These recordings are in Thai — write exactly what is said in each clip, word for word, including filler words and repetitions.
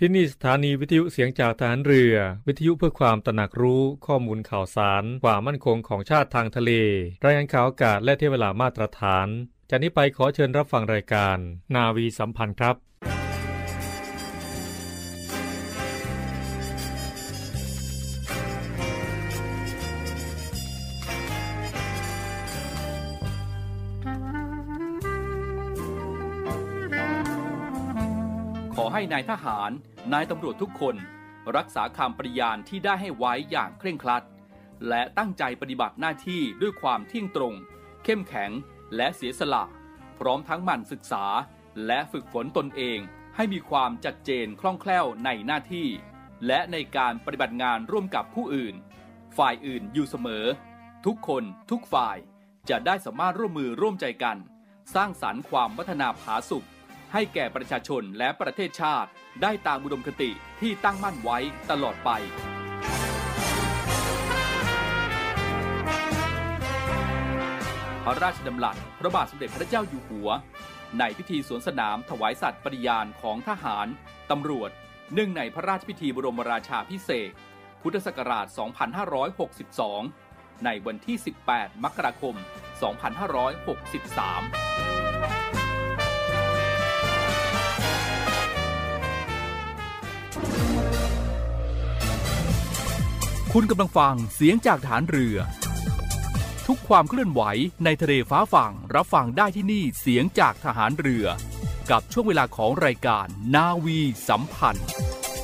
ที่นี่สถานีวิทยุเสียงจากทหารเรือวิทยุเพื่อความตระหนักรู้ข้อมูลข่าวสารความมั่นคงของชาติทางทะเลรายงานข่าวอากาศและเที่ยวเวลามาตรฐานจากนี้ไปขอเชิญรับฟังรายการนาวีสัมพันธ์ครับขอให้นายทหารนายตำรวจทุกคนรักษาคำปฏิญาณที่ได้ให้ไว้อย่างเคร่งครัดและตั้งใจปฏิบัติหน้าที่ด้วยความเที่ยงตรงเข้มแข็งและเสียสละพร้อมทั้งหมั่นศึกษาและฝึกฝนตนเองให้มีความชัดเจนคล่องแคล่วในหน้าที่และในการปฏิบัติงานร่วมกับผู้อื่นฝ่ายอื่นอยู่เสมอทุกคนทุกฝ่ายจะได้สามารถร่วมมือร่วมใจกันสร้างสรรค์ความพัฒนาผาสุกให้แก่ประชาชนและประเทศชาติได้ตามอุดมคติที่ตั้งมั่นไว้ตลอดไปพระราชดำรัสพระบาทสมเด็จพระเจ้าอยู่หัวในพิธีสวนสนามถวายสัตย์ปฏิญาณของทหารตำรวจเนื่องในพระราชพิธีบรมราชาภิเษกพุทธศักราช สองพันห้าร้อยหกสิบสอง ในวันที่ สิบแปด มกราคม สองพันห้าร้อยหกสิบสามคุณกำลังฟังเสียงจากฐานเรือทุกความเคลื่อนไหวในทะเลฟ้าฝั่งรับฟังได้ที่นี่เสียงจากทหารเรือกับช่วงเวลาของรายการนาวีสัมพันธ์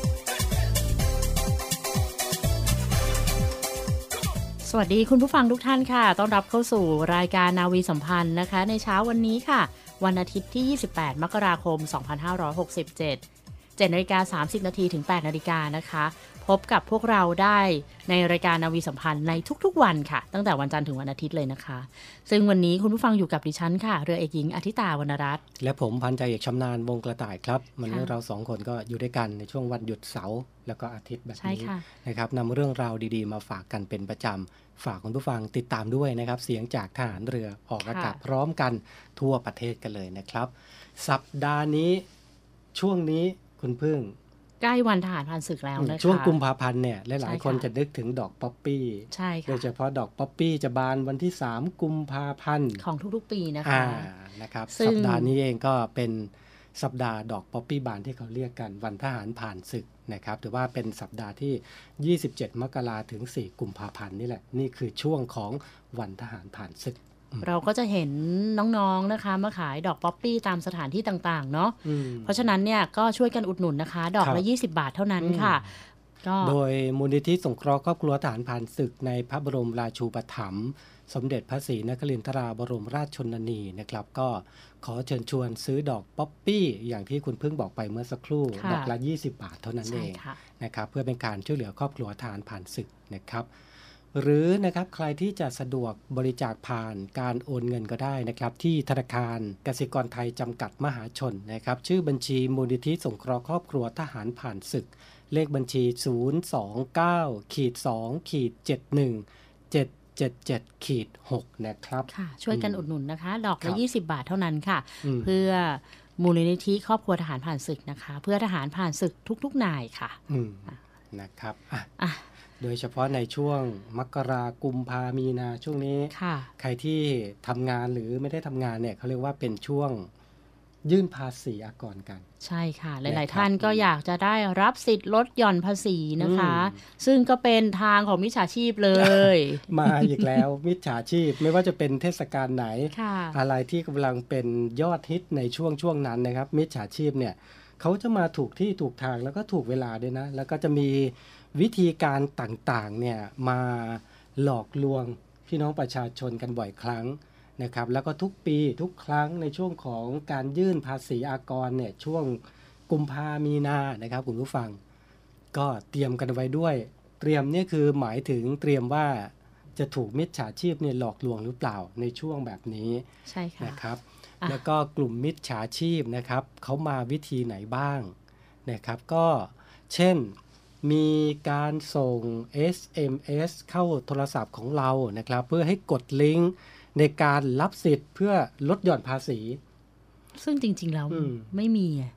สวัสดีคุณผู้ฟังทุกท่านค่ะต้อนรับเข้าสู่รายการนาวีสัมพันธ์นะคะในเช้าวันนี้ค่ะวันอาทิตย์ที่ยี่สิบแปดมกราคมสองพันห้าร้อยหกสิบเจ็ด เจ็ดนาฬิกาสามสิบนาทีถึงแปดนาฬิกานะคะพบกับพวกเราได้ในรายการนาวีสัมพันธ์ในทุกๆวันค่ะตั้งแต่วันจันทร์ถึงวันอาทิตย์เลยนะคะซึ่งวันนี้คุณผู้ฟังอยู่กับดิฉันค่ะเรือเอกหญิงอธิตาวรรณรัตน์และผมพันจ่าเอกชำนาญวงกระต่ายครับวันนี้เราสองคนก็อยู่ด้วยกันในช่วงวันหยุดเสาร์แล้วก็อาทิตย์แบบนี้นะครับนำเรื่องราวดีๆมาฝากกันเป็นประจำฝากคุณผู้ฟังติดตามด้วยนะครับเสียงจากทหารเรือออกอากาศพร้อมกันทั่วประเทศกันเลยนะครับสัปดาห์นี้ช่วงนี้คุณพึ่งใกล้วันทหารผ่านศึกแล้วนะคะช่วงกุมภาพันธ์เนี่ยหลายๆคนจะนึกถึงดอกป๊อปปี้ใช่ค่ะโดยเฉพาะดอกป๊อปปี้จะบานวันที่สามกุมภาพันธ์ของทุกๆปีนะคะนะครับสัปดาห์นี้เองก็เป็นสัปดาห์ดอกป๊อปปี้บานที่เขาเรียกกันวันทหารผ่านศึกนะครับถือว่าเป็นสัปดาห์ที่ยี่สิบเจ็ดมกราคมถึงสี่กุมภาพันธ์นี่แหละนี่คือช่วงของวันทหารผ่านศึกเราก็จะเห็นน้องๆนะคะมาขายดอกป๊อปปี้ตามสถานที่ต่างๆเนาะเพราะฉะนั้นเนี่ยก็ช่วยกันอุดหนุนนะคะดอกละยี่สิบบาทเท่านั้นค่ะโดยมูลนิธิสงเคราะห์ครอบครัวทหารผ่านศึกในพระบรมราชูปถัมภ์สมเด็จพระศรีนครินทราบรมราชชนนีนะครับก็ขอเชิญชวนซื้อดอกป๊อปปี้อย่างที่คุณพึ่งบอกไปเมื่อสักครู่ดอกละยี่สิบบาทเท่านั้นเองนะครับเพื่อเป็นการช่วยเหลือครอบครัวทหารผ่านศึกนะครับหรือนะครับใครที่จะสะดวกบริจาคผ่านการโอนเงินก็ได้นะครับที่ธนาคารกสิกรไทยจำกัดมหาชนนะครับชื่อบัญชีมูลนิธิสงเคราะห์ครอบครัวทหารผ่านศึกเลขบัญชี ศูนย์ สอง เก้า สอง เจ็ด หนึ่ง เจ็ด เจ็ด เจ็ด หก นะครับค่ะช่วยกันอุดหนุนนะคะดอกละยี่สิบบาทเท่านั้นค่ะเพื่อมูลนิธิครอบครัวทหารผ่านศึกนะคะเพื่อทหารผ่านศึกทุกๆนายค่ะนะครับอ่ะโดยเฉพาะในช่วงมกราคมกุมภามีนาช่วงนี้ใครที่ทำงานหรือไม่ได้ทำงานเนี่ยเขาเรียกว่าเป็นช่วงยื่นภาษีอากรกันใช่ค่ะหลายๆท่านก็อยากจะได้รับสิทธิ์ลดหย่อนภาษีนะคะซึ่งก็เป็นทางของมิจฉาชีพเลยมาอีกแล้วมิจฉาชีพไม่ว่าจะเป็นเทศกาลไหนอะไรที่กำลังเป็นยอดฮิตในช่วงช่วงนั้นนะครับมิจฉาชีพเนี่ยเขาจะมาถูกที่ถูกทางแล้วก็ถูกเวลาด้วยนะแล้วก็จะมีวิธีการต่างๆเนี่ยมาหลอกลวงพี่น้องประชาชนกันบ่อยครั้งนะครับแล้วก็ทุกปีทุกครั้งในช่วงของการยื่นภาษีอากรเนี่ยช่วงกุมภามีนานะครับคุณผู้ฟังก็เตรียมกันไว้ด้วยเตรียมเนี่ยคือหมายถึงเตรียมว่าจะถูกมิจฉาชีพเนี่ยหลอกลวงหรือเปล่าในช่วงแบบนี้ใช่ค่ะนะครับแล้วก็กลุ่มมิจฉาชีพนะครับเขามาวิธีไหนบ้างนะครับก็เช่นมีการส่ง เอส เอ็ม เอส เข้าโทรศัพท์ของเรานะครับเพื่อให้กดลิงก์ในการรับสิทธิ์เพื่อลดหย่อนภาษีซึ่งจริงๆแล้วไม่มีจ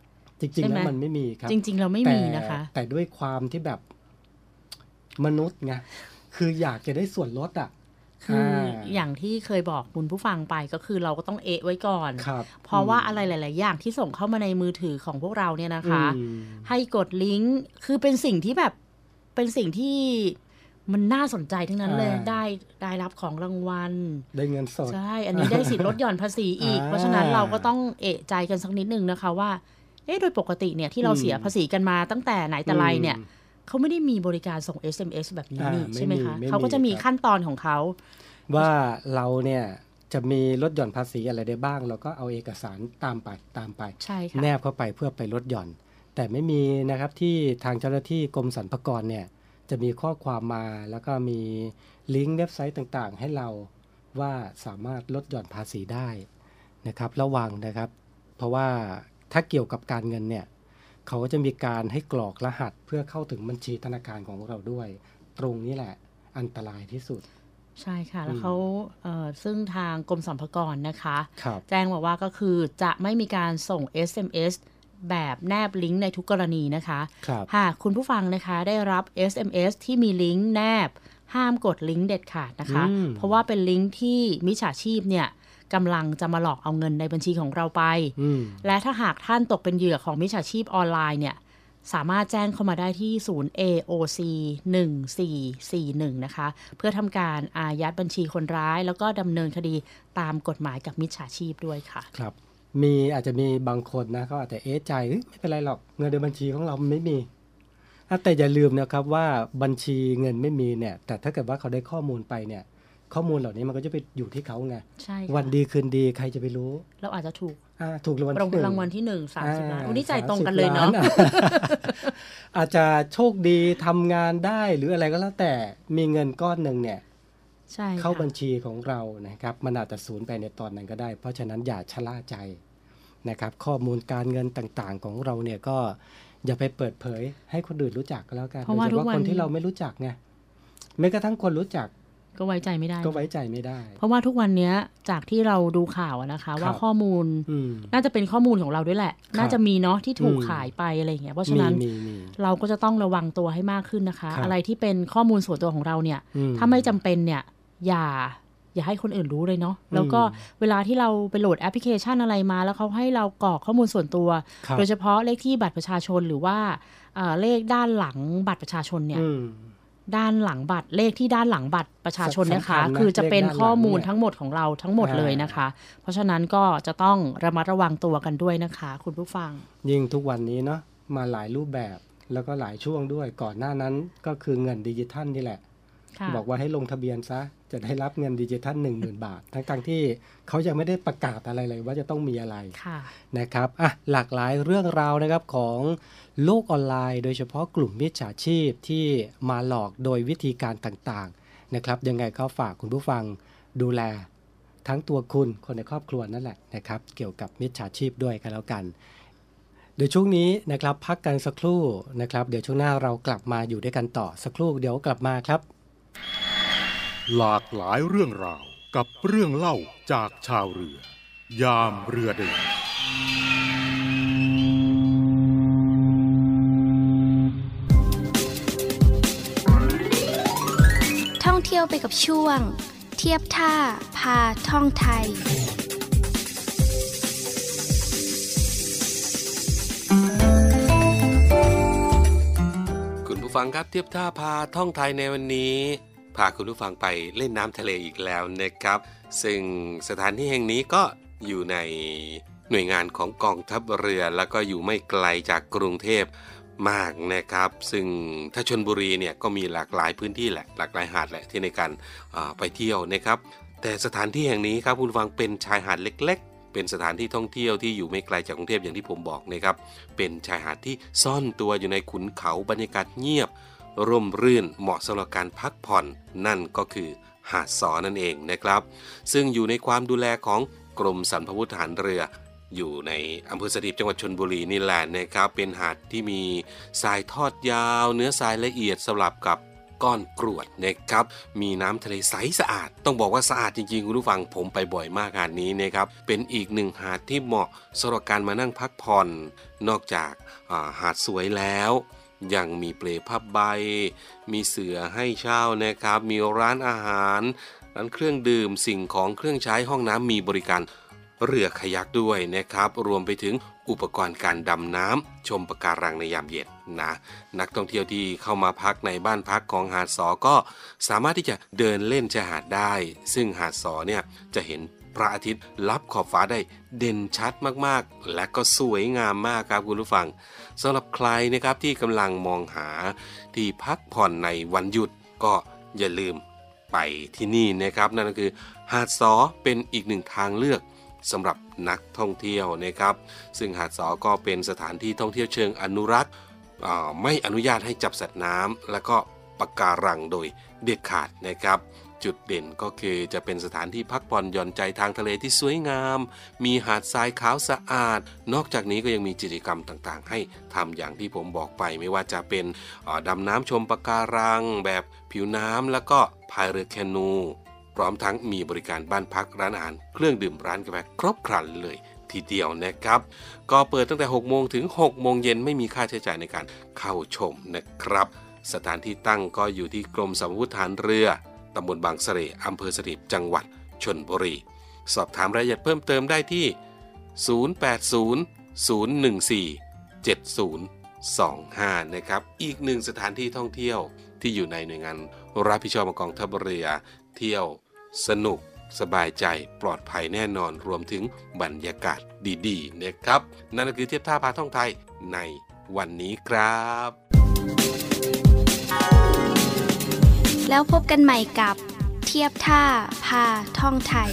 จริงๆแล้วมันไม่มีครับจริงๆเราไม่มีนะคะแต่ด้วยความที่แบบมนุษย์ไงคืออยากจะได้ส่วนลดอ่ะคืออย่างที่เคยบอกคุณผู้ฟังไปก็คือเราก็ต้องเอะไว้ก่อนเพราะว่าอะไรหลายๆอย่างที่ส่งเข้ามาในมือถือของพวกเราเนี่ยนะคะให้กดลิงก์คือเป็นสิ่งที่แบบเป็นสิ่งที่มันน่าสนใจทั้งนั้นเลยได้ได้รับของรางวัลได้เงินสดใช่อันนี้ได้สิทธิ์ลดหย่อนภาษีอีก เพราะฉะนั้นเราก็ต้องเอะใจกันสักนิดนึงนะคะว่าเอ๊ะโดยปกติเนี่ยที่เราเสียภาษีกันมาตั้งแต่ไหนแต่ไรเนี่ยเขาไม่ได้มีบริการส่ง เอส เอ็ม เอส แบบนี้นี่ใช่ไหมคะเขาก็จะมีขั้นตอนของเขาว่าเราเนี่ยจะมีลดหย่อนภาษีอะไรได้บ้างเราก็เอาเอกสารตามไปตามไปแนบเข้าไปเพื่อไปลดหย่อนแต่ไม่มีนะครับที่ทางเจ้าหน้าที่กรมสรรพากรเนี่ยจะมีข้อความมาแล้วก็มีลิงก์เว็บไซต์ต่างๆให้เราว่าสามารถลดหย่อนภาษีได้นะครับระวังนะครับเพราะว่าถ้าเกี่ยวกับการเงินเนี่ยเขาก็จะมีการให้กรอกรหัสเพื่อเข้าถึงบัญชีธนาคารของเราด้วยตรงนี้แหละอันตรายที่สุดใช่ค่ะแล้วเขาเอ่อซึ่งทางกรมสรรพากรนะคะแจ้งมาว่าก็คือจะไม่มีการส่ง เอส เอ็ม เอส แบบแนบลิงก์ในทุกกรณีนะคะหากคุณผู้ฟังนะคะได้รับ เอส เอ็ม เอส ที่มีลิงก์แนบห้ามกดลิงก์เด็ดขาดนะคะเพราะว่าเป็นลิงก์ที่มิจฉาชีพเนี่ยกำลังจะมาหลอกเอาเงินในบัญชีของเราไปและถ้าหากท่านตกเป็นเหยื่อของมิจฉาชีพออนไลน์เนี่ยสามารถแจ้งเข้ามาได้ที่ศูนย์ เอ โอ ซี หนึ่งสี่สี่หนึ่งนะคะเพื่อทำการอายัดบัญชีคนร้ายแล้วก็ดำเนินคดีตามกฎหมายกับมิจฉาชีพด้วยค่ะครับมีอาจจะมีบางคนนะเขาอาจจะเอ๊ะใจไม่เป็นไรหรอกเงินในบัญชีของเราไม่มีแต่อย่าลืมนะครับว่าบัญชีเงินไม่มีเนี่ยแต่ถ้าเกิดว่าเขาได้ข้อมูลไปเนี่ยข้อมูลเหล่านี้มันก็จะไปอยู่ที่เขาไงวันดีคืนดีใครจะไปรู้เราอาจจะถูกถูกรางวัลที่หนึ่งรางวัลที่หนึ่งสามสิบล้านวันนี้ใจตรงกันเลยเนาะอาจจะโชคดีทำงานได้หรืออะไรก็แล้วแต่มีเงินก้อนหนึ่งเนี่ยเข้าบัญชีของเรานะครับมันอาจจะสูญไปในตอนนั้นก็ได้เพราะฉะนั้นอย่าชะล่าใจนะครับข้อมูลการเงินต่างๆของเราเนี่ยก็อย่าไปเปิดเผยให้คนอื่นรู้จักก็แล้วกันโดยเฉพาะคนที่เราไม่รู้จักไงแม้กระทั่งคนรู้จักก็ไว้ใจไม่ได้ก็ไว้ใจไม่ได้เพราะว่าทุกวันนี้จากที่เราดูข่าวนะคะว่าข้อมูลน่าจะเป็นข้อมูลของเราด้วยแหละน่าจะมีเนาะที่ถูกขายไปอะไรอย่างเงี้ยเพราะฉะนั้นเราก็จะต้องระวังตัวให้มากขึ้นนะคะอะไรที่เป็นข้อมูลส่วนตัวของเราเนี่ยถ้าไม่จำเป็นเนี่ยอย่าอย่าให้คนอื่นรู้เลยเนาะแล้วก็เวลาที่เราไปโหลดแอปพลิเคชันอะไรมาแล้วเขาให้เรากรอกข้อมูลส่วนตัวโดยเฉพาะเลขที่บัตรประชาชนหรือว่าเลขด้านหลังบัตรประชาชนเนี่ยด้านหลังบัตรเลขที่ด้านหลังบัตรประชาชนนะคะคือจะเป็นข้อมูลทั้งหมดของเราทั้งหมดเลยนะคะเพราะฉะนั้นก็จะต้องระมัดระวังตัวกันด้วยนะคะคุณผู้ฟังยิ่งทุกวันนี้เนาะมาหลายรูปแบบแล้วก็หลายช่วงด้วยก่อนหน้านั้นก็คือเงินดิจิทัลนี่แหละบอกว่าให้ลงทะเบียนซะจะได้รับเงินดิจิทัล หนึ่งหมื่น บาททั้งๆที่เขายังไม่ได้ประกาศอะไรเลยว่าจะต้องมีอะไรนะครับอ่ะหลากหลายเรื่องราวนะครับของโลกออนไลน์โดยเฉพาะกลุ่มมิจฉาชีพที่มาหลอกโดยวิธีการต่างๆนะครับยังไงก็ฝากคุณผู้ฟังดูแลทั้งตัวคุณคนในครอบครัวนั่นแหละนะครับเกี่ยวกับมิจฉาชีพด้วยกันแล้วกันเดี๋ยวช่วงนี้นะครับพักกันสักครู่นะครับเดี๋ยวช่วงหน้าเรากลับมาอยู่ด้วยกันต่อสักครู่เดี๋ยวกลับมาครับหลากหลายเรื่องราวกับเรื่องเล่าจากชาวเรือยามเรือเดินท่องเที่ยวไปกับช่วงเทียบท่าพาท่องไทยคุณผู้ฟังครับเทียบท่าพาท่องไทยในวันนี้พาคุณผู้ฟังไปเล่นน้ำทะเลอีกแล้วนะครับซึ่งสถานที่แห่งนี้ก็อยู่ในหน่วยงานของกองทัพเรือแล้วก็อยู่ไม่ไกลจากกรุงเทพมากนะครับซึ่งถ้าชลบุรีเนี่ยก็มีหลากหลายพื้นที่แหละหลากหลายหาดแหละที่ในการไปเที่ยวนะครับแต่สถานที่แห่งนี้ครับคุณผู้ฟังเป็นชายหาดเล็กๆเป็นสถานที่ท่องเที่ยวที่อยู่ไม่ไกลจากกรุงเทพอย่างที่ผมบอกนะครับเป็นชายหาดที่ซ่อนตัวอยู่ในขุนเขาบรรยากาศเงียบร่มรื่นเหมาะสำหรับการพักผ่อนนั่นก็คือหาดสอนั่นเองนะครับซึ่งอยู่ในความดูแลของกรมสรรพาวุธทหารเรืออยู่ในอำเภอสถิตจังหวัดชลบุรีนี่แหละนะครับเป็นหาดที่มีทรายทอดยาวเนื้อทรายละเอียดสำหรับกับก้อนกรวดนะครับมีน้ำทะเลใสสะอาดต้องบอกว่าสะอาดจริงๆคุณผู้ฟังผมไปบ่อยมากหาดนี้นะครับเป็นอีกหนึ่งหาดที่เหมาะสำหรับการมานั่งพักผ่อนนอกจากหาดสวยแล้วยังมีเปลผ้าใบมีเสื่อให้เช่านะครับมีร้านอาหารร้านเครื่องดื่มสิ่งของเครื่องใช้ห้องน้ำมีบริการเรือคายักด้วยนะครับรวมไปถึงอุปกรณ์การดำน้ำชมปะการังในยามเย็นนะนักท่องเที่ยวที่เข้ามาพักในบ้านพักของหาดสอก็สามารถที่จะเดินเล่นชายหาดได้ซึ่งหาดสอเนี่ยจะเห็นพระอาทิตย์ลับขอบฟ้าได้เด่นชัดมากๆและก็สวยงามมากครับคุณผู้ฟังสำหรับใครนะครับที่กำลังมองหาที่พักผ่อนในวันหยุดก็อย่าลืมไปที่นี่นะครับนั่นก็คือหาดสอเป็นอีกหนึ่งทางเลือกสำหรับนักท่องเที่ยวนะครับซึ่งหาดสอก็เป็นสถานที่ท่องเที่ยวเชิงอนุรักษ์ไม่อนุญาตให้จับสัตว์น้ำและก็ปะการังโดยเด็ดขาดนะครับจุดเด่นก็คือจะเป็นสถานที่พักผ่อนหย่อนใจทางทะเลที่สวยงามมีหาดทรายขาวสะอาดนอกจากนี้ก็ยังมีกิจกรรมต่างๆให้ทำอย่างที่ผมบอกไปไม่ว่าจะเป็นดำน้ำชมปะการังแบบผิวน้ำแล้วก็พายเรือแคนูพร้อมทั้งมีบริการบ้านพักร้านอาหารเครื่องดื่มร้านกาแฟครบครันเลยทีเดียวนะครับก็เปิดตั้งแต่หกโมงถึงหกโมงเย็นไม่มีค่าใช้จ่ายในการเข้าชมนะครับสถานที่ตั้งก็อยู่ที่กรมสรรพาวุธฐานเรือตำบลบางเสร่อำเภอสถิตจังหวัดชลบุรีสอบถามรายละเอียดเพิ่มเติมได้ที่ศูนย์ แปด ศูนย์ ศูนย์ หนึ่ง สี่ เจ็ด ศูนย์ สอง ห้านะครับอีกหนึ่งสถานที่ท่องเที่ยวที่อยู่ในหน่วยงานรับผิดชอบกองทัพเรือเที่ยวสนุกสบายใจปลอดภัยแน่นอนรวมถึงบรรยากาศดีๆนะครับนั่นก็คือเทียบท่าพาท่องไทยในวันนี้ครับแล้วพบกันใหม่กับเทียบท่าพาท่องไทย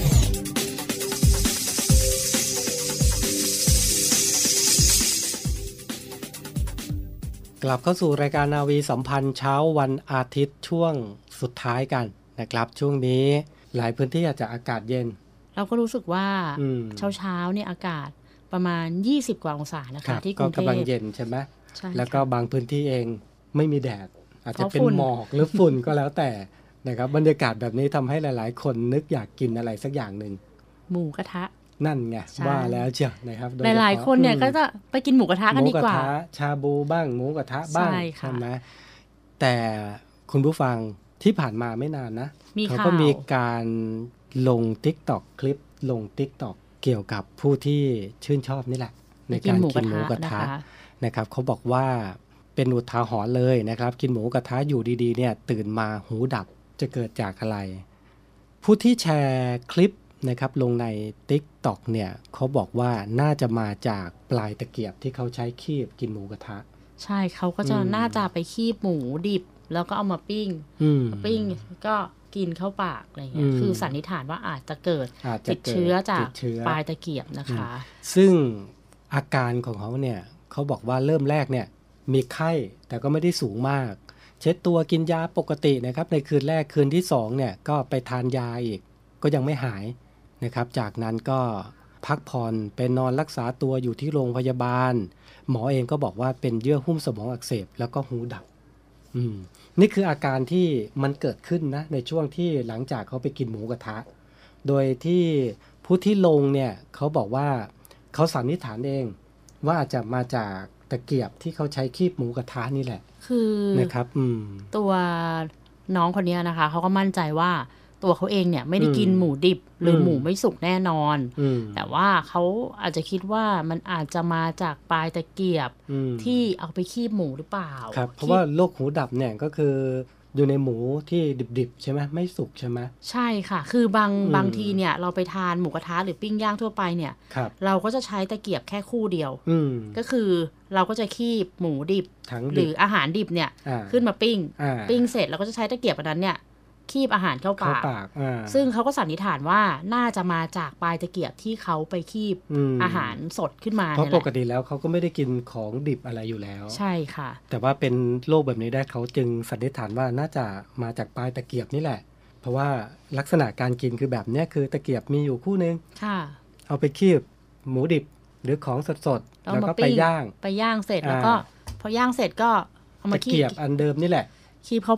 กลับเข้าสู่รายการนาวีสัมพันธ์เช้าวันอาทิตย์ช่วงสุดท้ายกันนะครับช่วงนี้หลายพื้นที่อาจจะอากาศเย็นเราก็รู้สึกว่าเช้าเช้าเนี่ยอากาศประมาณยี่สิบกว่าองศานะคะที่กรุงเทพก็กำลังเย็นใช่ไหมใช่แล้วก็บางพื้นที่เองไม่มีแดดอาจจะเป็นหมอกหรือฝุ่นก็แล้วแต่นะครับบรรยากาศแบบนี้ทำให้หลายๆคนนึกอยากกินอะไรสักอย่างหนึ่งหมูกระทะนั่นไงว่าแล้วเชียวนะครับหลายๆคนเนี่ยก็จะไปกินหมูกระทะกันดีกว่าหมูกระทะชาบูบ้างหมูกระทะบ้างใช่ไหมแต่คุณผู้ฟังที่ผ่านมาไม่นานนะเขาก็มีการลง TikTok คลิปลง TikTok เกี่ยวกับผู้ที่ชื่นชอบนี่แหละในการกินหมูกระทะนะครับเขาบอกว่าเป็นอุทาหรณ์เลยนะครับกินหมูกระทะอยู่ดีๆเนี่ยตื่นมาหูดับจะเกิดจากอะไรผู้ที่แชร์คลิปนะครับลงใน TikTok เนี่ยเขาบอกว่าน่าจะมาจากปลายตะเกียบที่เขาใช้คีบกินหมูกระทะใช่เขาก็จะน่าจะไปคีบหมูดิบแล้วก็เอามาปิ้งปิ้งก็กินเข้าปากอะไรเงี้ยคือสันนิษฐานว่าอาจจะเกิดติดเชื้อจากปลายตะเกียบนะคะซึ่งอาการของเขาเนี่ยเขาบอกว่าเริ่มแรกเนี่ยมีไข้แต่ก็ไม่ได้สูงมากเช็ดตัวกินยาปกตินะครับในคืนแรกคืนที่สองเนี่ยก็ไปทานยาอีกก็ยังไม่หายนะครับจากนั้นก็พักผ่อนไปนอนรักษาตัวอยู่ที่โรงพยาบาลหมอเองก็บอกว่าเป็นเยื่อหุ้มสมองอักเสบแล้วก็หูดับอืมนี่คืออาการที่มันเกิดขึ้นนะในช่วงที่หลังจากเขาไปกินหมูกระทะโดยที่ผู้ที่ลงเนี่ยเขาบอกว่าเขาสันนิษฐานเองว่าอาจจะมาจากตะเกียบที่เขาใช้คีบหมูกระทะนี่แหละคือนะครับอืมตัวน้องคนนี้นะคะเขาก็มั่นใจว่าตัวเขาเองเนี่ยไม่ได้กินหมูดิบหรือหมูไม่สุกแน่นอนแต่ว่าเขาอาจจะคิดว่ามันอาจจะมาจากปลายตะเกียบที่เอาไปคีบหมูหรือเปล่าครับเพราะว่าโรคหูดับเนี่ยก็คืออยู่ในหมูที่ดิบๆใช่ไหมไม่สุกใช่ไหมใช่ค่ะคือบางบางทีเนี่ยเราไปทานหมูกระทะหรือปิ้งย่างทั่วไปเนี่ยเราก็จะใช้ตะเกียบแค่คู่เดียวก็คือเราก็จะคีบหมูดิบหรืออาหารดิบเนี่ยขึ้นมาปิ้งปิ้งเสร็จเราก็จะใช้ตะเกียบอันนั้นเนี่ยคีบอาหารเข้าปากซึ่งเขาก็สันนิษฐานว่าน่าจะมาจากปลายตะเกียบที่เขาไปคีบอาหารสดขึ้นมาเพราะปกติแล้วเขาก็ไม่ได้กินของดิบอะไรอยู่แล้วใช่ค่ะแต่ว่าเป็นโรคแบบนี้ได้เขาจึงสันนิษฐานว่าน่าจะมาจากปลายตะเกียบนี่แหละเพราะว่าลักษณะการกินคือแบบนี้คือตะเกียบมีอยู่คู่นึงเอาไปคีบหมูดิบหรือของสดๆแล้วก็ไปย่างไปย่างเสร็จแล้วก็พอย่างเสร็จก็เอามาคีบตะเกียบอันเดิมนี่แหละคีบเข้าปาก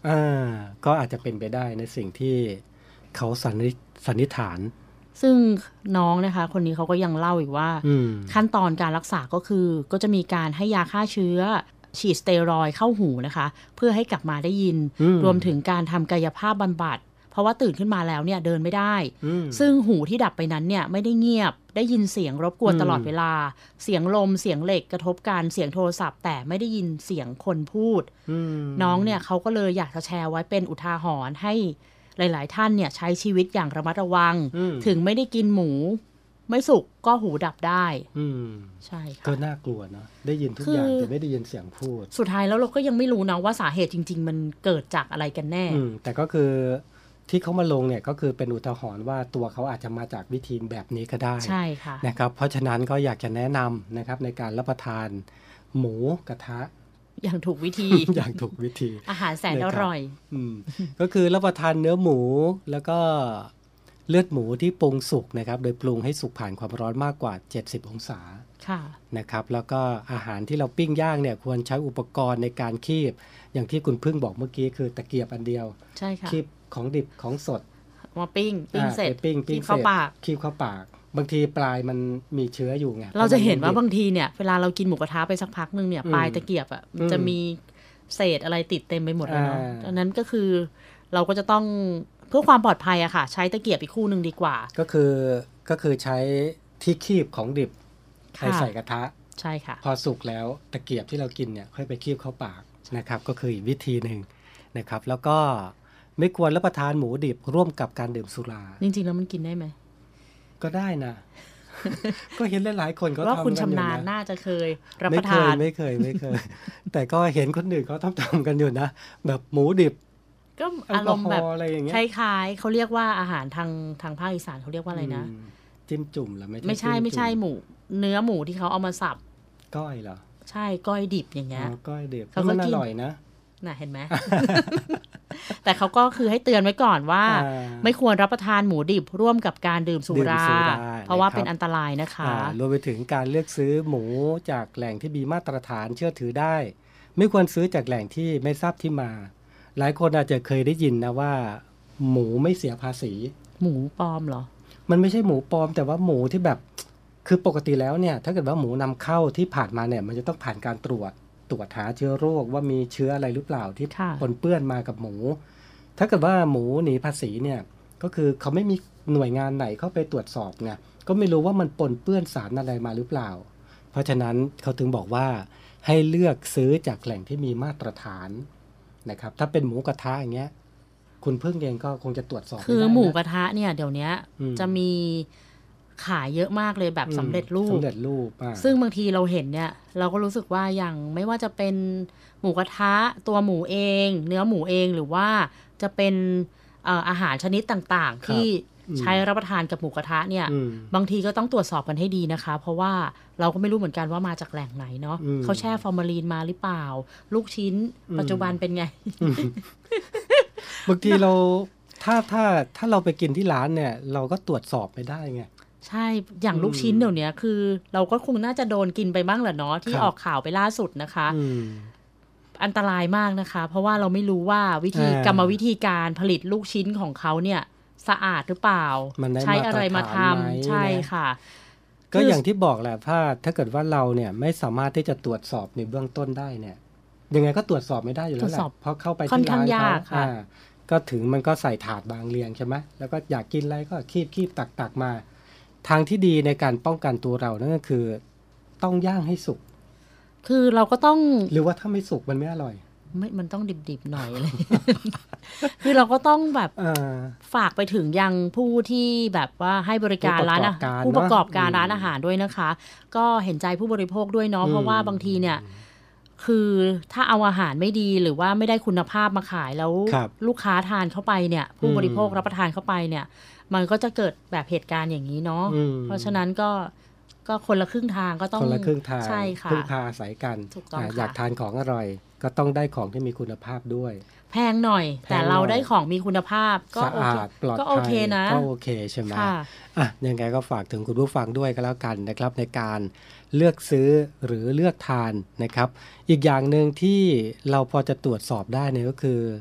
อ่าก็อาจจะเป็นไปได้ในสิ่งที่เขาสันนิสันนิษฐานซึ่งน้องนะคะคนนี้เขาก็ยังเล่าอีกว่าขั้นตอนการรักษาก็คือก็จะมีการให้ยาฆ่าเชื้อฉีดสเตียรอยด์เข้าหูนะคะเพื่อให้กลับมาได้ยินรวมถึงการทำกายภาพบำบัดเพราะว่าตื่นขึ้นมาแล้วเนี่ยเดินไม่ได้ซึ่งหูที่ดับไปนั้นเนี่ยไม่ได้เงียบได้ยินเสียงรบกวนตลอดเวลาเสียงลมเสียงเหล็กกระทบกันเสียงโทรศัพท์แต่ไม่ได้ยินเสียงคนพูดน้องเนี่ยเขาก็เลยอยากจะแชร์ไว้เป็นอุทาหรณ์ให้หลายๆท่านเนี่ยใช้ชีวิตอย่างระมัดระวังถึงไม่ได้กินหมูไม่สุกก็หูดับได้ใช่ค่ะก็น่ากลัวเนาะได้ยินทุกอย่างแต่ไม่ได้ยินเสียงพูดสุดท้ายแล้วเราก็ยังไม่รู้นะว่าสาเหตุจริงๆมันเกิดจากอะไรกันแน่แต่ก็คือที่เขามาลงเนี่ยก็คือเป็นอุทาหรณ์ว่าตัวเขาอาจจะมาจากวิธีแบบนี้ก็ได้ใช่ค่ะนะครับเพราะฉะนั้นก็อยากจะแนะนำนะครับในการรับประทานหมูกระทะอย่างถูกวิธีอย่างถูกวิธีอาหารแสนอร่อยก็คือรับประทานเนื้อหมูแล้วก็เลือดหมูที่ปรุงสุกนะครับโดยปรุงให้สุกผ่านความร้อนมากกว่าเจ็ดสิบองศานะครับแล้วก็อาหารที่เราปิ้งย่างเนี่ยควรใช้อุปกรณ์ในการคีบอย่างที่คุณพึ่งบอกเมื่อกี้คือตะเกียบอันเดียวใช่ค่ะคีบของดิบของสดมาปิ้งปิ้งเสร็จปิ้งปิ้งเข้าปากคีบเข้าปากบางทีปลายมันมีเชื้ออยู่ไงเราจะเห็นว่าบางทีเนี่ยเวลาเรากินหมูกระทะไปสักพักนึงเนี่ยปลายตะเกียบอ่ะจะมีเศษอะไรติดเต็มไปหมดเลยเนาะดังนั้นก็คือเราก็จะต้องเพื่อความปลอดภัยอะค่ะใช้ตะเกียบอีกคู่นึงดีกว่าก็คือก็คือใช้ที่คีบของดิบไปใส่กระทะใช่ค่ะพอสุกแล้วตะเกียบที่เรากินเนี่ยค่อยไปคีบเข้าปากนะครับก็คืออีกวิธีนึงนะครับแล้วก็ไม่ควรรับประทานหมูดิบร่วมกับการดื่มสุราจริงๆแล้วมันกินได้ไหมก็ได้นะ ก็เห็นหลายๆคนเขาทำกันว่าคุณชำนาญน่าจะเคยรับประทานไม่เคยไม่เคยแต่ก็เห็นคนอื่นเขาทำทำกันอยู่นะแบบหมูดิบก็อารมณ์แบบคล้ายๆเขาเรียกว่าอาหารทางทางภาคอีสานเขาเรียกว่าอะไรนะจิ้มจุ่มหรือไม่ไม่ใช่ไม่ใช่หมูเนื้อหมูที่เขาเอามาสับก้อยเหรอใช่ก้อยดิบอย่างเงี้ยก้อยดิบมันอร่อยนะน่ะเห็นไหม แต่เขาก็คือให้เตือนไว้ก่อนว่าไม่ควรรับประทานหมูดิบร่วมกับการดื่มสุราเพราะว่าเป็นอันตรายนะคะรวมไปถึงการเลือกซื้อหมูจากแหล่งที่มีมาตรฐานเชื่อถือได้ไม่ควรซื้อจากแหล่งที่ไม่ทราบที่มาหลายคนอาจจะเคยได้ยินนะว่าหมูไม่เสียภาษีหมูปลอมเหรอมันไม่ใช่หมูปลอมแต่ว่าหมูที่แบบคือปกติแล้วเนี่ยถ้าเกิดว่าหมูนำเข้าที่ผ่านมาเนี่ยมันจะต้องผ่านการตรวจตรวจหาเชื้อโรคว่ามีเชื้ออะไรหรือเปล่าที่ปนเปื้อนมากับหมูถ้าเกิดว่าหมูหนีภาษีเนี่ยก็คือเขาไม่มีหน่วยงานไหนเข้าไปตรวจสอบไงก็ไม่รู้ว่ามันปนเปื้อนสารอะไรมาหรือเปล่าเพราะฉะนั้นเขาถึงบอกว่าให้เลือกซื้อจากแหล่งที่มีมาตรฐานนะครับถ้าเป็นหมูกระทะอย่างเงี้ยคุณพึ่งเองก็คงจะตรวจสอบคือหมูกระทะเนี่ยเดี๋ยวนี้จะมีขายเยอะมากเลยแบบสำเร็จรูปสำเร็จรูปซึ่งบางทีเราเห็นเนี่ยเราก็รู้สึกว่าอย่างไม่ว่าจะเป็นหมูกระทะตัวหมูเองเนื้อหมูเองหรือว่าจะเป็นอาหารชนิดต่างๆที่ใช้รับประทานกับหมูกระทะเนี่ยบางทีก็ต้องตรวจสอบกันให้ดีนะคะเพราะว่าเราก็ไม่รู้เหมือนกันว่ามาจากแหล่งไหนเนาะเขาแช่ฟอร์มาลีนมาหรือเปล่าลูกชิ้นปัจจุบันเป็นไงบางทีเราถ้าถ้าถ้าเราไปกินที่ร้านเนี่ยเราก็ตรวจสอบไม่ได้ไงใช่อย่างลูกชิ้นเดี๋ยวนี้คือเราก็คงน่าจะโดนกินไปบ้างแหละเนาะที่ออกข่าวไปล่าสุดนะคะอันตรายมากนะคะเพราะว่าเราไม่รู้ว่าวิธีกรรมวิธีการผลิตลูกชิ้นของเขาเนี่ยสะอาดหรือเปล่าใช้อะไรมาทำใช่ค่ะก็อย่างที่บอกแหละถ้าถ้าเกิดว่าเราเนี่ยไม่สามารถที่จะตรวจสอบในเบื้องต้นได้เนี่ยยังไงก็ตรวจสอบไม่ได้อยู่แล้วแหละเพราะเข้าไปที่ร้านเขาก็ถึงมันก็ใส่ถาดบางเรียงใช่ไหมแล้วก็อยากกินอะไรก็คีบคีบตักตักมาทางที่ดีในการป้องกันตัวเรานั่นก็คือต้องย่างให้สุกคือเราก็ต้องหรือว่าถ้าไม่สุกมันไม่อร่อยไม่มันต้องดิบๆหน่อยเลย คือเราก็ต้องแบบฝากไปถึงยังผู้ที่แบบว่าให้บริการร้านอาหารผู้ประกอบการร้านอาหารด้วยนะคะก็เห็นใจผู้บริโภคด้วยเนาะเพราะว่าบางทีเนี่ยคือถ้าเอาอาหารไม่ดีหรือว่าไม่ได้คุณภาพมาขายแล้วลูกค้าทานเข้าไปเนี่ยผู้บริโภครับประทานเข้าไปเนี่ยมันก็จะเกิดแบบเหตุการณ์อย่างนี้เนาะเพราะฉะนั้นก็ก็คนละครึ่งทางก็ต้องคนละครึ่งทางใช่ค่ะพึ่งพาอาศัยกันอยากทานของอร่อยก็ต้องได้ของที่มีคุณภาพด้วยแพงหน่อยแต่เราได้ของมีคุณภาพก็สะอาดปลอดภัยก็โอเคนะก็โอเคใช่ไหมอ่ะยังไงก็ฝากถึงคุณผู้ฟังด้วยก็แล้วกันนะครับในการเลือกซื้อหรือเลือกทานนะครับอีกอย่างนึงที่เราพอจะตรวจสอบได้เนี่ยก็คือ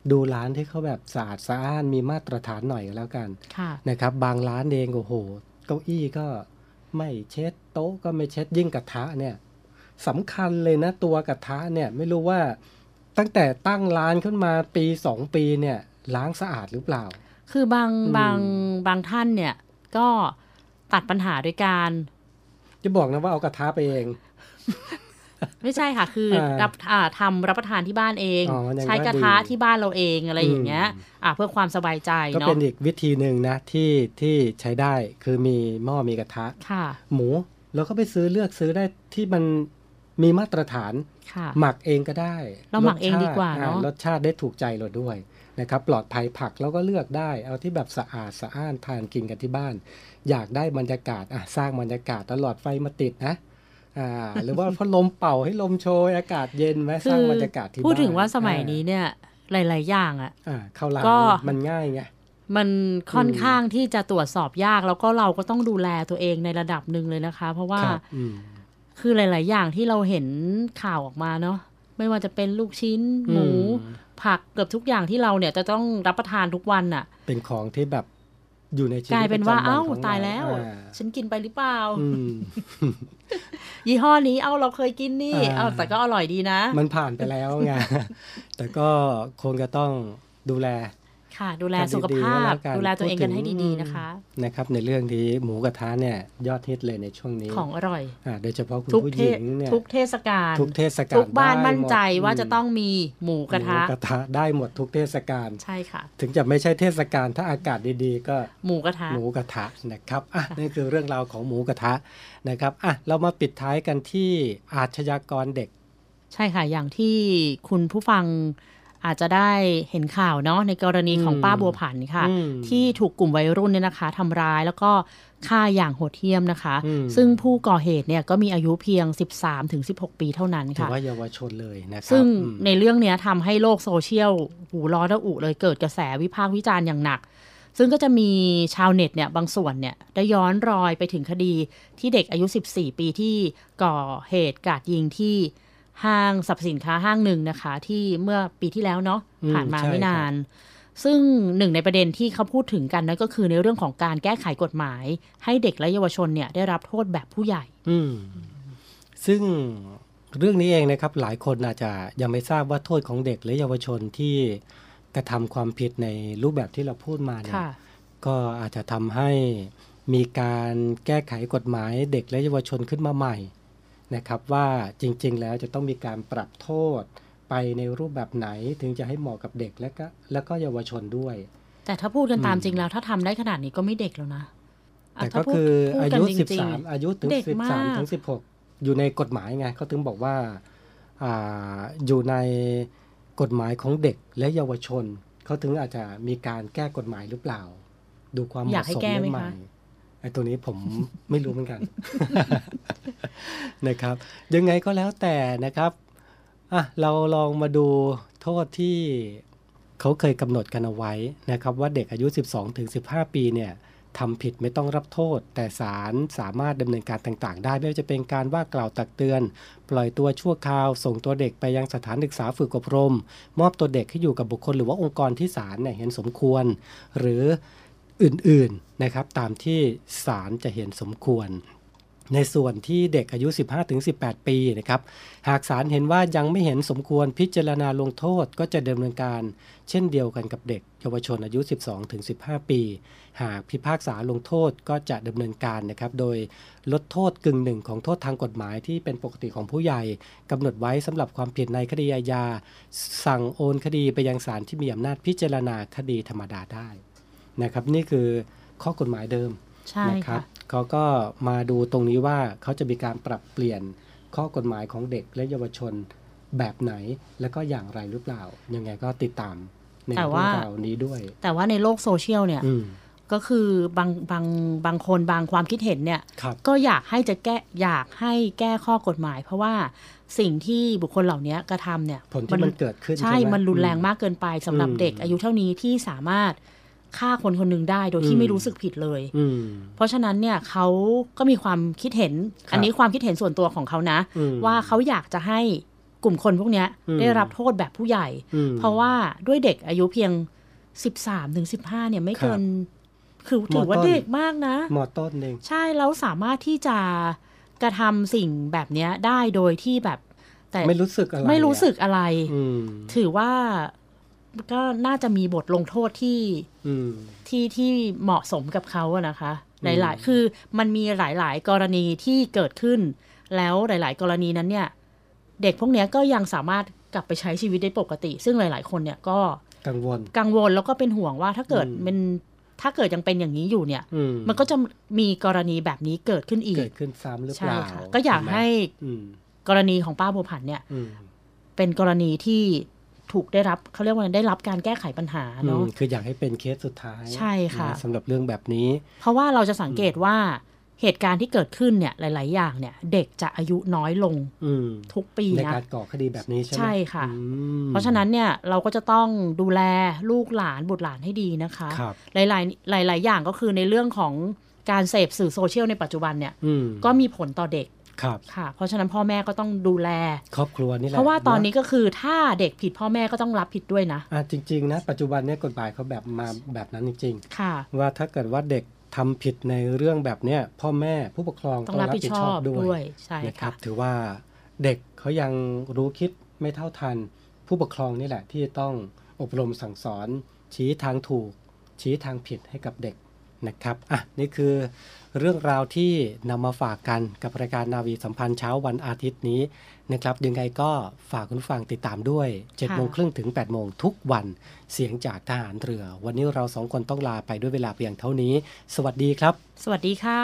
ดูร้านที่เขาแบบสะอาดสะอ้านมีมาตรฐานหน่อยก็แล้วกันนะครับบางร้านเองโอ้โหเก้าอี้ก็ไม่เช็ดโต๊ะก็ไม่เช็ดยิ่งกระทะเนี่ยสำคัญเลยนะตัวกระทะเนี่ยไม่รู้ว่าตั้งแต่ตั้งร้านขึ้นมาปีสองปีเนี่ยล้างสะอาดหรือเปล่าคือบางบางบางท่านเนี่ยก็ตัดปัญหาด้วยการจะบอกนะว่าเอากระทะไปเองไม่ใช่ค่ะคือรับทำรับประทานที่บ้านเองใช้กระทะที่บ้านเราเองอะไรอย่างเงี้ยเพื่อความสบายใจเนาะก็เป็นอีกวิธีหนึ่งนะที่ที่ใช้ได้คือมีหม้อมีกระทะหมูเราก็ไปซื้อเลือกซื้อได้ที่มันมีมาตรฐานหมักเองก็ได้เราหมักเองดีกว่าเนาะรสชาติได้ถูกใจเราด้วยนะครับปลอดภัยผักเราก็เลือกได้เอาที่แบบสะอาดสะอ้านทานกินกันที่บ้านอยากได้บรรยากาศอ่ะสร้างบรรยากาศตลอดไฟมาติดนะอ่าหรือว่าพัดลมเป่าให้ลมโชยอากาศเย็นไหมสร้างบรรยากาศที่บ้านพูดถึงว่าสมัยนี้เนี่ยหลายๆอย่างอ่ะเข้าร้านมันง่ายไงมันค่อนข้างที่จะตรวจสอบยากแล้วก็เราก็ต้องดูแลตัวเองในระดับหนึ่งเลยนะคะเพราะว่าคือหลายๆอย่างที่เราเห็นข่าวออกมาเนาะไม่ว่าจะเป็นลูกชิ้นหมูผักเกือบทุกอย่างที่เราเนี่ยจะต้องรับประทานทุกวันน่ะเป็นของที่แบบอยู่ในชีวิตกลายเป็นว่าเอ้าตายแล้วฉันกินไปหรือเปล่ายี่ห้อนี้เอ้าเราเคยกินนี่เอ้าแต่ก็อร่อยดีนะมันผ่านไปแล้วไงแต่ก็คงจะต้องดูแลค่ะดูแลสุขภาพดูแลตัวเองกันให้ดีๆนะคะนะครับในเรื่องที่หมูกระทะเนี่ยยอดฮิตเลยในช่วงนี้ของอร่อยอ่าโดยเฉพาะคุณผู้หญิงเนี่ยทุกเทศกาลทุกเทศกาลทุกบ้านมั่นใจว่าจะต้องมีหมูกระทะหมูกระทะได้หมดทุกเทศกาลใช่ค่ะถึงจะไม่ใช่เทศกาลถ้าอากาศดีๆก็หมูกระทะหมูกระทะนะครับอ่ะนี่คือเรื่องราวของหมูกระทะนะครับอ่ะเรามาปิดท้ายกันที่อาชญากรเด็กใช่ค่ะอย่างที่คุณผู้ฟังอาจจะได้เห็นข่าวเนาะในกรณีของป้าบัวผันค่ะที่ถูกกลุ่มวัยรุ่นเนี่ยนะคะทำร้ายแล้วก็ฆ่าอย่างโหดเหี้ยมนะคะซึ่งผู้ก่อเหตุเนี่ยก็มีอายุเพียง สิบสามถึงสิบหก ปีเท่านั้นค่ะถือว่าเยาวชนเลยนะครับซึ่งในเรื่องนี้ทำให้โลกโซเชียลหูร้อนระอุเลยเกิดกระแสวิพากษ์วิจารณ์อย่างหนักซึ่งก็จะมีชาวเน็ตเนี่ยบางส่วนเนี่ยได้ย้อนรอยไปถึงคดีที่เด็กอายุสิบสี่ปีที่ก่อเหตุกราดยิงที่ห้างสรรพสินค้าห้างหนึ่งนะคะที่เมื่อปีที่แล้วเนาะผ่านมาไม่นานซึ่งหนึ่งในประเด็นที่เขาพูดถึงกันนั่นก็คือในเรื่องของการแก้ไขกฎหมายให้เด็กและเยาวชนเนี่ยได้รับโทษแบบผู้ใหญ่ซึ่งเรื่องนี้เองนะครับหลายคนอาจจะยังไม่ทราบว่าโทษของเด็กและเยาวชนที่กระทำความผิดในรูปแบบที่เราพูดมาเนี่ยก็อาจจะทำให้มีการแก้ไขกฎหมายเด็กและเยาวชนขึ้นมาใหม่นะครับว่าจริงๆแล้วจะต้องมีการปรับโทษไปในรูปแบบไหนถึงจะให้เหมาะกับเด็กและก็แล้วก็เยาวชนด้วยแต่ถ้าพูดกันตามจริงแล้วถ้าทำได้ขนาดนี้ก็ไม่เด็กแล้วนะแต่ก็คืออายุสิบสามอายุถึงสิบสามถึงสิบหกอยู่ในกฎหมายไงเขาถึงบอกว่าอ่าอยู่ในกฎหมายของเด็กและเยาวชนเขาถึงอาจจะมีการแก้กฎหมายหรือเปล่าดูความเหมาะสมได้ไหมไอ้ตัวนี้ผมไม่รู้เหมือนกัน นะครับยังไงก็แล้วแต่นะครับอ่ะเราลองมาดูโทษที่เขาเคยกำหนดกันเอาไว้นะครับว่าเด็กอายุ สิบสองถึงสิบห้า ปีเนี่ยทำผิดไม่ต้องรับโทษแต่ศาลสามารถดำเนินการต่างๆได้ไม่ว่าจะเป็นการว่ากล่าวตักเตือนปล่อยตัวชั่วคราวส่งตัวเด็กไปยังสถานศึกษาฝึกอบรมมอบตัวเด็กให้อยู่กับบุคคลหรือว่าองค์กรที่ศาลเนี่ยเห็นสมควรหรืออื่นๆนะครับตามที่ศาลจะเห็นสมควรในส่วนที่เด็กอายุ สิบห้าถึงสิบแปด ปีนะครับหากศาลเห็นว่ายังไม่เห็นสมควรพิจารณาลงโทษก็จะดำเนินการเช่นเดียวกันกับเด็กเยาวชนอายุ สิบสองถึงสิบห้า ปีหากพิพากษาลงโทษก็จะดำเนินการนะครับโดยลดโทษกึ่งหนึ่งของโทษทางกฎหมายที่เป็นปกติของผู้ใหญ่กำหนดไว้สำหรับความผิดในคดีอาญาสั่งโอนคดีไปยังศาลที่มีอำนาจพิจารณาคดีธรรมดาได้นะครับนี่คือข้อกฎหมายเดิมนะครับเขาก็มาดูตรงนี้ว่าเขาจะมีการปรับเปลี่ยนข้อกฎหมายของเด็กและเยาวชนแบบไหนและก็อย่างไรหรือเปล่ายังไงก็ติดตามในเรื่องราวนี้ด้วยแต่ว่าในโลกโซเชียลเนี่ยก็คือบางบางบางคนบางความคิดเห็นเนี่ยก็อยากให้จะแก้อยากให้แก้ข้อกฎหมายเพราะว่าสิ่งที่บุคคลเหล่านี้กระทำเนี่ยผลที่มันเกิดขึ้นใช่มันรุนแรงมากเกินไปสำหรับเด็กอายุเท่านี้ที่สามารถฆ่าคนคนหนึ่งได้โดยที่ไม่รู้สึกผิดเลยเพราะฉะนั้นเนี่ยเขาก็มีความคิดเห็นอันนี้ความคิดเห็นส่วนตัวของเขานะว่าเขาอยากจะให้กลุ่มคนพวกนี้ได้รับโทษแบบผู้ใหญ่เพราะว่าด้วยเด็กอายุเพียงสิบสามถึงสิบห้าเนี่ยไม่เกินคือถือว่าเด็กมากนะม.ต้นเองใช่แล้วสามารถที่จะกระทำสิ่งแบบนี้ได้โดยที่แบบแต่ไม่รู้สึกอะไรไม่รู้สึกอะไรถือว่าก็น่าจะมีบทลงโทษที่ที่ที่เหมาะสมกับเขาอะนะคะหลายๆคือมันมีหลายๆกรณีที่เกิดขึ้นแล้วหลายๆกรณีนั้นเนี่ยเด็กพวกนี้ก็ยังสามารถกลับไปใช้ชีวิตได้ปกติซึ่งหลายๆคนเนี่ยก็กังวลกังวลแล้วก็เป็นห่วงว่าถ้าเกิดมันถ้าเกิดยังเป็นอย่างนี้อยู่เนี่ยมันก็จะมีกรณีแบบนี้เกิดขึ้นอีกเกิดขึ้นซ้ำหรือเปล่าก็อยากให้กรณีของป้าบัวผันเนี่ยเป็นกรณีที่ถูกได้รับเขาเรียกว่าได้รับการแก้ไขปัญหาเนาะคืออยากให้เป็นเคสสุดท้ายใช่ค่ะสำหรับเรื่องแบบนี้เพราะว่าเราจะสังเกตว่าเหตุการณ์ที่เกิดขึ้นเนี่ยหลายๆอย่างเนี่ยเด็กจะอายุน้อยลงทุกปีนะในการก่อคดีแบบนี้ใช่ไหมใช่ค่ะเพราะฉะนั้นเนี่ยเราก็จะต้องดูแลลูกหลานบุตรหลานให้ดีนะคะหลายๆหลายๆอย่างก็คือในเรื่องของการเสพสื่อโซเชียลในปัจจุบันเนี่ยก็มีผลต่อเด็กค่ะเพราะฉะนั้นพ่อแม่ก็ต้องดูแลครอบครัวนี่แหละเพราะว่าตอนนี้ก็คือถ้าเด็กผิดพ่อแม่ก็ต้องรับผิดด้วยนะอ่าจริงๆนะปัจจุบันเนี่ยกฎหมายเขาแบบมาแบบนั้นจริงๆค่ะว่าถ้าเกิดว่าเด็กทำผิดในเรื่องแบบเนี้ยพ่อแม่ผู้ปกครองต้องรับผิดชอบด้วยใช่นะครับถือว่าเด็กเขายังรู้คิดไม่เท่าทันผู้ปกครองนี่แหละที่ต้องอบรมสั่งสอนชี้ทางถูกชี้ทางผิดให้กับเด็กนะครับอ่ะนี่คือเรื่องราวที่นำมาฝากกันกับรายการนาวีสัมพันธ์เช้าวันอาทิตย์นี้นะครับยังไงก็ฝากคุณฟังติดตามด้วย เจ็ดโมงครึ่งถึง แปดโมงทุกวันเสียงจากทหารเรือวันนี้เราสองคนต้องลาไปด้วยเวลาเพียงเท่านี้สวัสดีครับสวัสดีค่ะ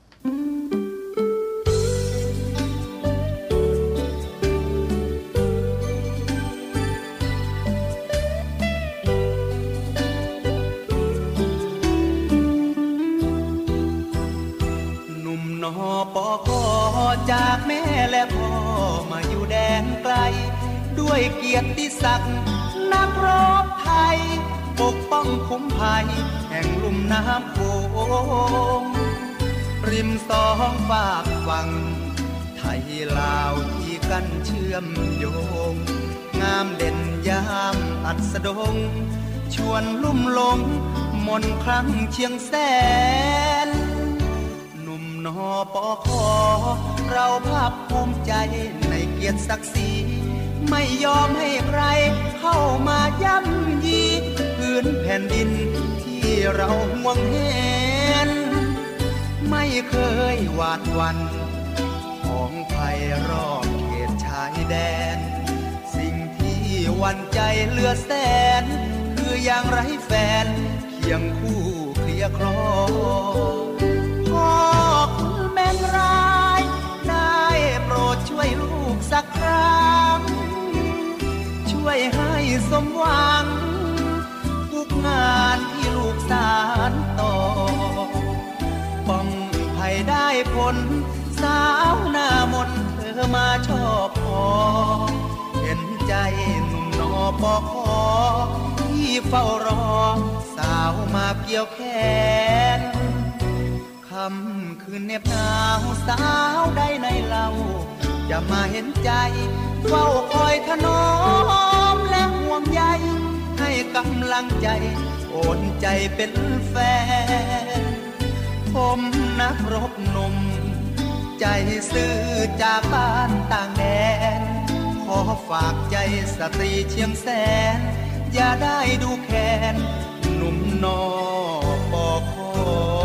จากแม่และพ่อมาอยู่แดนไกลด้วยเกียรติศักดิ์นักรบไทยปกป้องคุ้มภัยแห่งลุ่มน้ำโขงริมสองฝากฝั่งไทยลาวที่กันเชื่อมโยงงามเด่นยามอัสดงชวนลุ่มหลงมนต์ครั้งเชียงแสนนอปอขอเราภาคภูมิใจในเกียรติศักดิ์ศรีไม่ยอมให้ใครเข้ามาย่ำยีพื้นแผ่นดินที่เราห่วงเห็นไม่เคยหวาดหวั่นของภัยรอบเขตชายแดนสิ่งที่หวั่นใจเหลือแสนคืออย่างไร้แฟนเคียงคู่เคลียร์คลอพ่อคุณแม่ร้ายได้โปรดช่วยลูกสักครั้งช่วยให้สมหวังทุกงานที่ลูกสานต่อป้องภัยได้ผลสาวหน้ามนเธอมาชอบพอเห็นใจหนุ่มนอปอขอที่เฝ้ารอสาวมาเกี่ยวแขนค่ำคืนเหน็บหนาวสาวได้ในเล่าจะมาเห็นใจเฝ้าคอยถนอมและห่วงใยให้กำลังใจโอนใจเป็นแฟนผมนักรบหนุ่มใจซื่อจากบ้านต่างแดนขอฝากใจสตรีเชียงแสนอย่าได้ดูแค้นหนุ่มนอปอขอ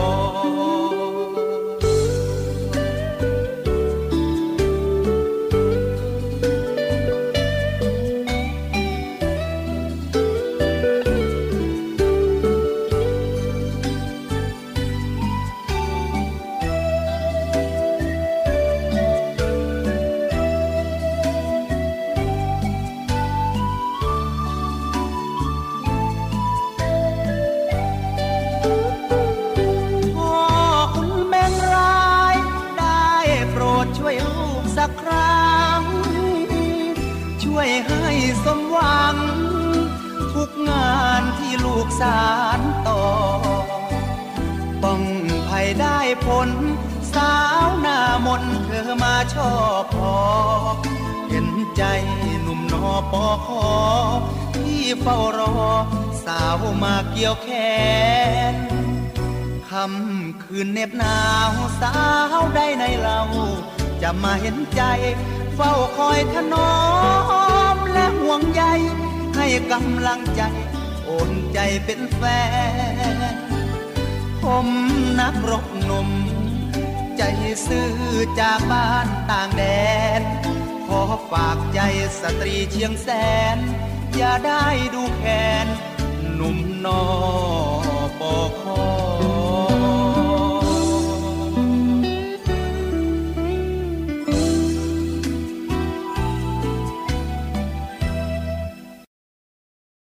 สักครั้งช่วยให้สมหวังทุกงานที่ลูกสานต่อป้องภัยได้ผลสาวหน้ามนเธอมาชอบพอเห็นใจหนุ่มนอปอคอที่เฝ้ารอสาวมาเกี่ยวแขนค่ำคืนเหน็บหนาวสาวใดในเราจะมาเห็นใจเฝ้าคอยถนอมและห่วงใยให้กำลังใจโอนใจเป็นแฟนผมนักรบหนุ่มใจซื่อจากบ้านต่างแดนขอฝากใจสตรีเชียงแสนอย่าได้ดูแค้นหนุ่มนอปอคอ